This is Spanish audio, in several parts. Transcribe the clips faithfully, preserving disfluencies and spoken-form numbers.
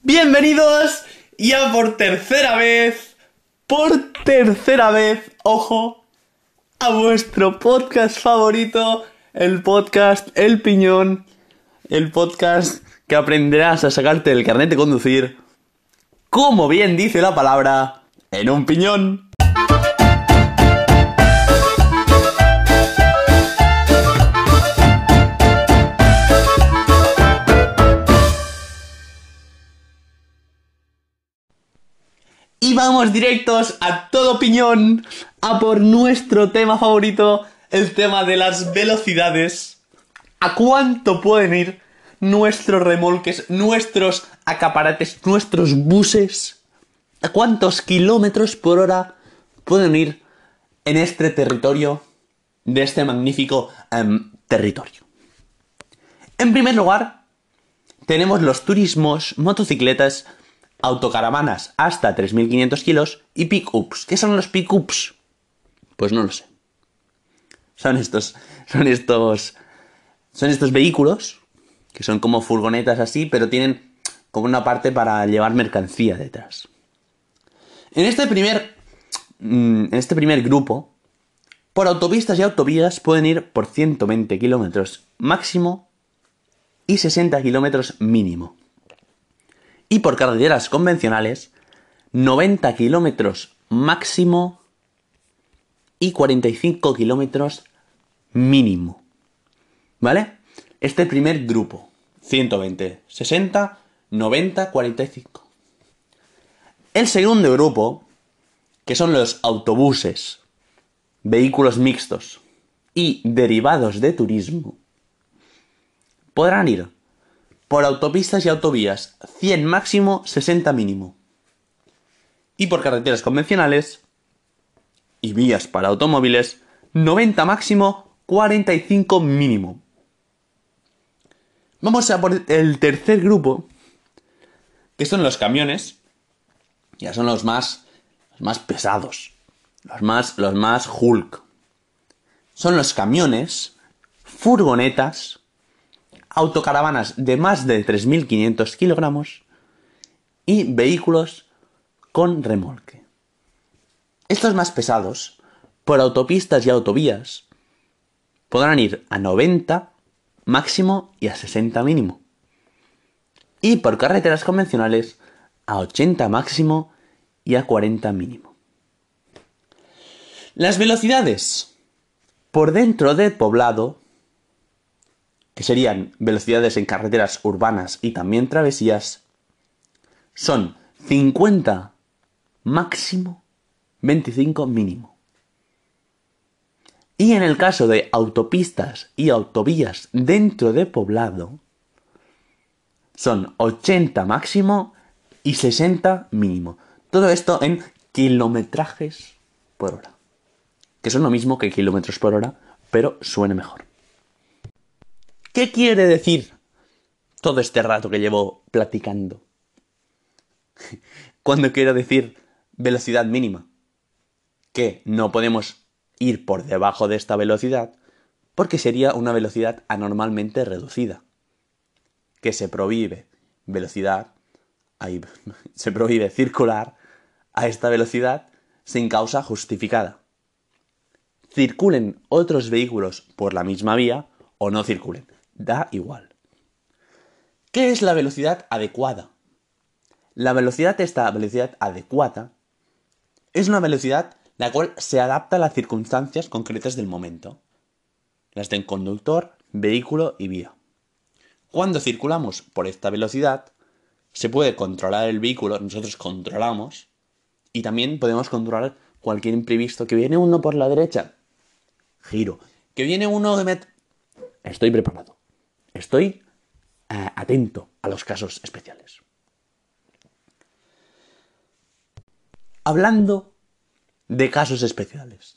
Bienvenidos ya por tercera vez, por tercera vez, ojo, a vuestro podcast favorito, el podcast El Piñón, el podcast que aprenderás a sacarte el carnet de conducir, como bien dice la palabra, en un piñón. Y vamos directos a todo piñón, a por nuestro tema favorito, el tema de las velocidades. ¿A cuánto pueden ir nuestros remolques, nuestros acaparates, nuestros buses? ¿A cuántos kilómetros por hora pueden ir en este territorio, de este magnífico um, territorio? En primer lugar, tenemos los turismos, motocicletas, autocaravanas hasta tres mil quinientos kilos y pick-ups. ¿Qué son los pick-ups? Pues no lo sé. Son estos, son estos, son estos vehículos que son como furgonetas así, pero tienen como una parte para llevar mercancía detrás. En este primer, en este primer grupo, por autopistas y autovías pueden ir por ciento veinte kilómetros máximo y sesenta kilómetros mínimo. Y por carreteras convencionales, noventa kilómetros máximo y cuarenta y cinco kilómetros mínimo. ¿Vale? Este primer grupo, ciento veinte, sesenta, noventa, cuarenta y cinco. El segundo grupo, que son los autobuses, vehículos mixtos y derivados de turismo, podrán ir por autopistas y autovías, cien máximo, sesenta mínimo. Y por carreteras convencionales y vías para automóviles, noventa máximo, cuarenta y cinco mínimo. Vamos a por el tercer grupo, que son los camiones. Ya son los más, los más pesados, los más, los más Hulk. Son los camiones, furgonetas, autocaravanas de más de tres mil quinientos kilogramos y vehículos con remolque. Estos más pesados, por autopistas y autovías, podrán ir a noventa máximo y a sesenta mínimo. Y por carreteras convencionales, a ochenta máximo y a cuarenta mínimo. Las velocidades por dentro del poblado, que serían velocidades en carreteras urbanas y también travesías, son cincuenta máximo, veinticinco mínimo. Y en el caso de autopistas y autovías dentro de poblado, son ochenta máximo y sesenta mínimo. Todo esto en kilometrajes por hora, que son lo mismo que kilómetros por hora, pero suena mejor. ¿Qué quiere decir todo este rato que llevo platicando? Cuando quiero decir velocidad mínima, que no podemos ir por debajo de esta velocidad porque sería una velocidad anormalmente reducida. Que se prohíbe velocidad, ahí, se prohíbe circular a esta velocidad sin causa justificada. Circulen otros vehículos por la misma vía o no circulen. Da igual. ¿Qué es la velocidad adecuada? La velocidad, esta velocidad adecuada, es una velocidad la cual se adapta a las circunstancias concretas del momento. Las de conductor, vehículo y vía. Cuando circulamos por esta velocidad, se puede controlar el vehículo, nosotros controlamos, y también podemos controlar cualquier imprevisto. Que viene uno por la derecha, giro. Que viene uno que me... Estoy preparado. Estoy eh, atento a los casos especiales. Hablando de casos especiales,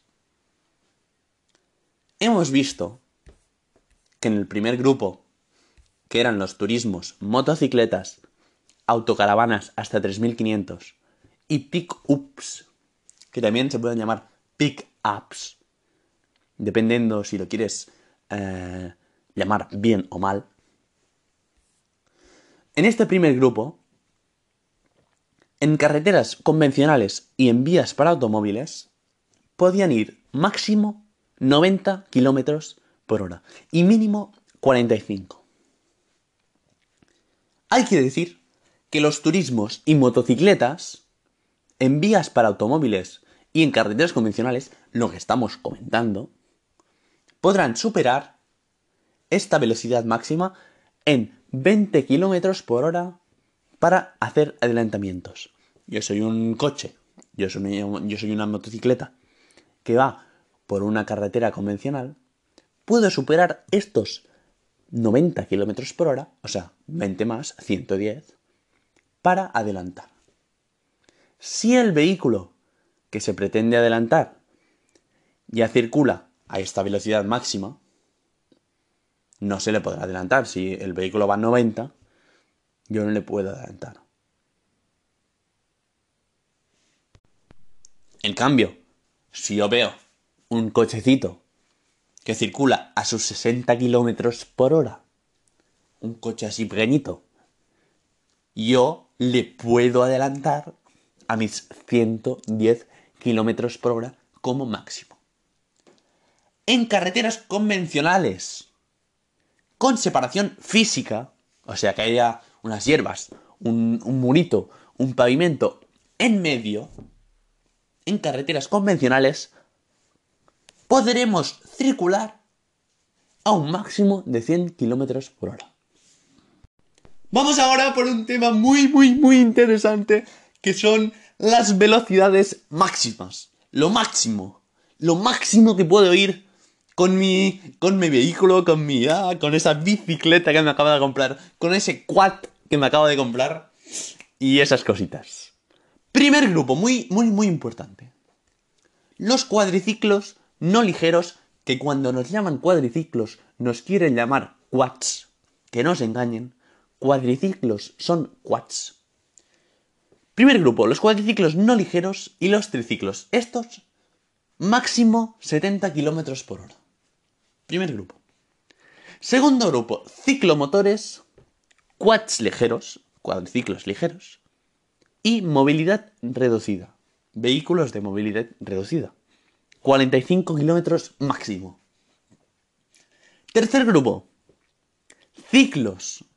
hemos visto que en el primer grupo, que eran los turismos, motocicletas, autocaravanas hasta tres mil quinientos y pick-ups, que también se pueden llamar pick-ups, dependiendo si lo quieres eh, llamar bien o mal. En este primer grupo en carreteras convencionales y en vías para automóviles podían ir máximo noventa kilómetros por hora y mínimo cuarenta y cinco. Hay que decir que los turismos y motocicletas en vías para automóviles y en carreteras convencionales, lo que estamos comentando, podrán superar esta velocidad máxima en veinte kilómetros por hora para hacer adelantamientos. Yo soy un coche, yo soy, yo soy una motocicleta que va por una carretera convencional, puedo superar estos noventa kilómetros por hora, o sea, veinte más, ciento diez, para adelantar. Si el vehículo que se pretende adelantar ya circula a esta velocidad máxima, no se le podrá adelantar. Si el vehículo va a noventa, yo no le puedo adelantar. En cambio, si yo veo un cochecito que circula a sus sesenta kilómetros por hora, un coche así pequeñito, yo le puedo adelantar a mis ciento diez kilómetros por hora como máximo. En carreteras convencionales, con separación física, o sea que haya unas hierbas, un, un murito, un pavimento en medio, en carreteras convencionales podremos circular a un máximo de cien kilómetros por hora. Vamos ahora por un tema muy, muy, muy interesante, que son las velocidades máximas. Lo máximo. Lo máximo que puedo ir con mi, con mi vehículo, con mi, ah, con esa bicicleta que me acabo de comprar, con ese quad que me acabo de comprar y esas cositas. Primer grupo, muy, muy, muy importante. Los cuadriciclos no ligeros, que cuando nos llaman cuadriciclos nos quieren llamar quads. Que no se engañen. Cuadriciclos son quads. Primer grupo, los cuadriciclos no ligeros y los triciclos. Estos, máximo setenta kilómetros por hora. Primer grupo. Segundo grupo, ciclomotores, quads ligeros, cuadriciclos ligeros y movilidad reducida. Vehículos de movilidad reducida. cuarenta y cinco kilómetros máximo. Tercer grupo, ciclos,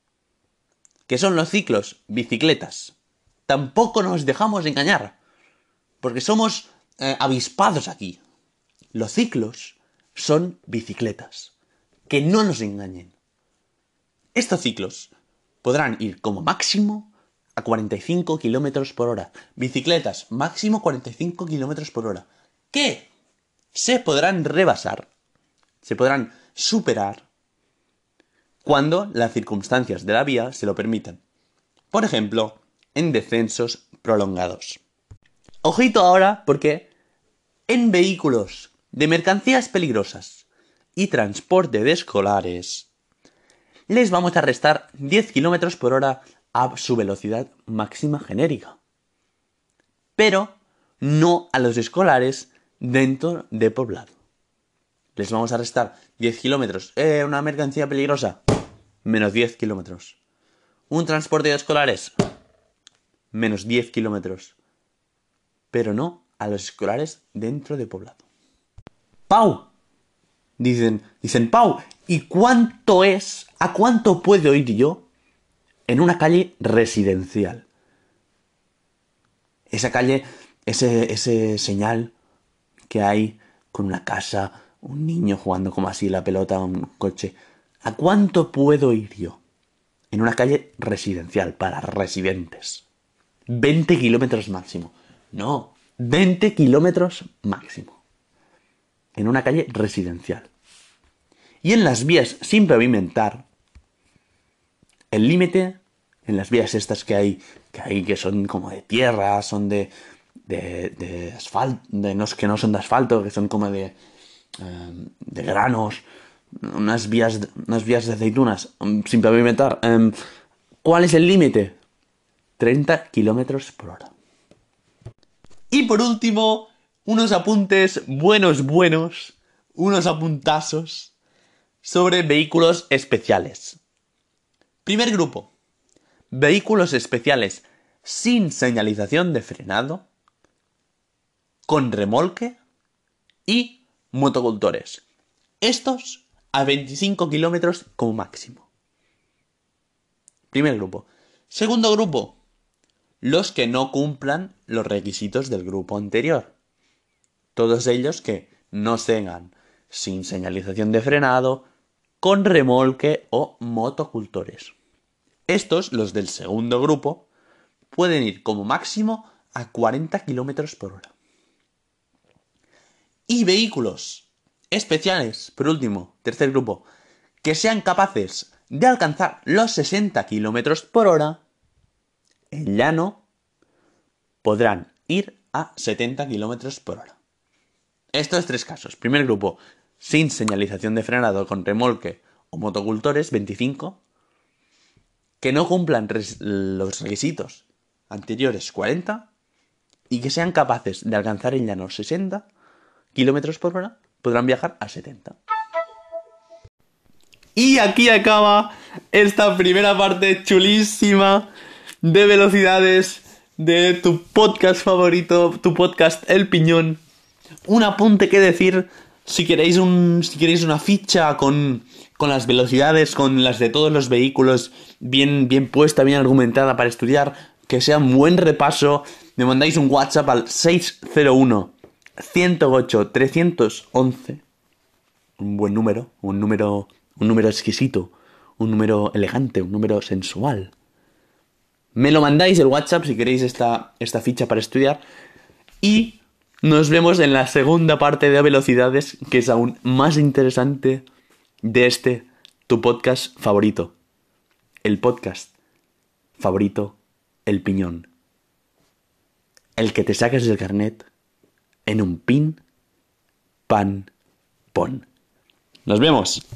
que son los ciclos bicicletas. Tampoco nos dejamos engañar, porque somos eh, avispados aquí. Los ciclos son bicicletas. Que no nos engañen. Estos ciclos podrán ir como máximo a cuarenta y cinco kilómetros por hora. Bicicletas, máximo cuarenta y cinco kilómetros por hora. Que se podrán rebasar, se podrán superar cuando las circunstancias de la vía se lo permitan. Por ejemplo, en descensos prolongados. Ojito ahora, porque en vehículos de mercancías peligrosas y transporte de escolares les vamos a restar diez kilómetros por hora a su velocidad máxima genérica. Pero no a los escolares dentro de poblado. Les vamos a restar diez kilómetros. Eh, una mercancía peligrosa, menos diez kilómetros. Un transporte de escolares, menos diez kilómetros. Pero no a los escolares dentro de poblado. ¡Pau! Dicen, dicen, Pau, ¿y cuánto es, a cuánto puedo ir yo en una calle residencial? Esa calle, ese, ese señal que hay con una casa, un niño jugando como así la pelota, un coche. ¿A cuánto puedo ir yo en una calle residencial para residentes? veinte kilómetros máximo. No, veinte kilómetros máximo. En una calle residencial. Y en las vías sin pavimentar, el límite, en las vías estas que hay, que hay que son como de tierra, son de, de, de asfalto, de, no, que no son de asfalto, que son como de, eh, de granos, unas vías, unas vías de aceitunas um, sin pavimentar. Um, ¿Cuál es el límite? treinta kilómetros por hora. Y por último, unos apuntes buenos, buenos, unos apuntazos sobre vehículos especiales. Primer grupo, vehículos especiales sin señalización de frenado, con remolque y motocultores. Estos a veinticinco kilómetros como máximo. Primer grupo. Segundo grupo. Los que no cumplan los requisitos del grupo anterior. Todos ellos que no tengan sin señalización de frenado, con remolque o motocultores. Estos, los del segundo grupo, pueden ir como máximo a cuarenta kilómetros por hora. Y vehículos especiales, por último, tercer grupo, que sean capaces de alcanzar los sesenta kilómetros por hora, en llano, podrán ir a setenta kilómetros por hora. Estos tres casos. Primer grupo, sin señalización de frenado, con remolque o motocultores, veinticinco. Que no cumplan res- los requisitos anteriores, cuarenta. Y que sean capaces de alcanzar en llano sesenta kilómetros por hora, podrán viajar a setenta. Y aquí acaba esta primera parte chulísima de velocidades de tu podcast favorito, tu podcast El Piñón. Un apunte que decir, si queréis un, si queréis una ficha con, con las velocidades, con las de todos los vehículos, bien, bien puesta, bien argumentada para estudiar, que sea un buen repaso, me mandáis un WhatsApp al seis cero uno, ciento ocho, trescientos once. Un buen número, un número, un número exquisito, un número elegante, un número sensual. Me lo mandáis el WhatsApp si queréis esta, esta ficha para estudiar. Y nos vemos en la segunda parte de velocidades, que es aún más interesante, de este, tu podcast favorito. El podcast favorito, El Piñón. El que te saques del carnet en un pin, pan, pon. Nos vemos.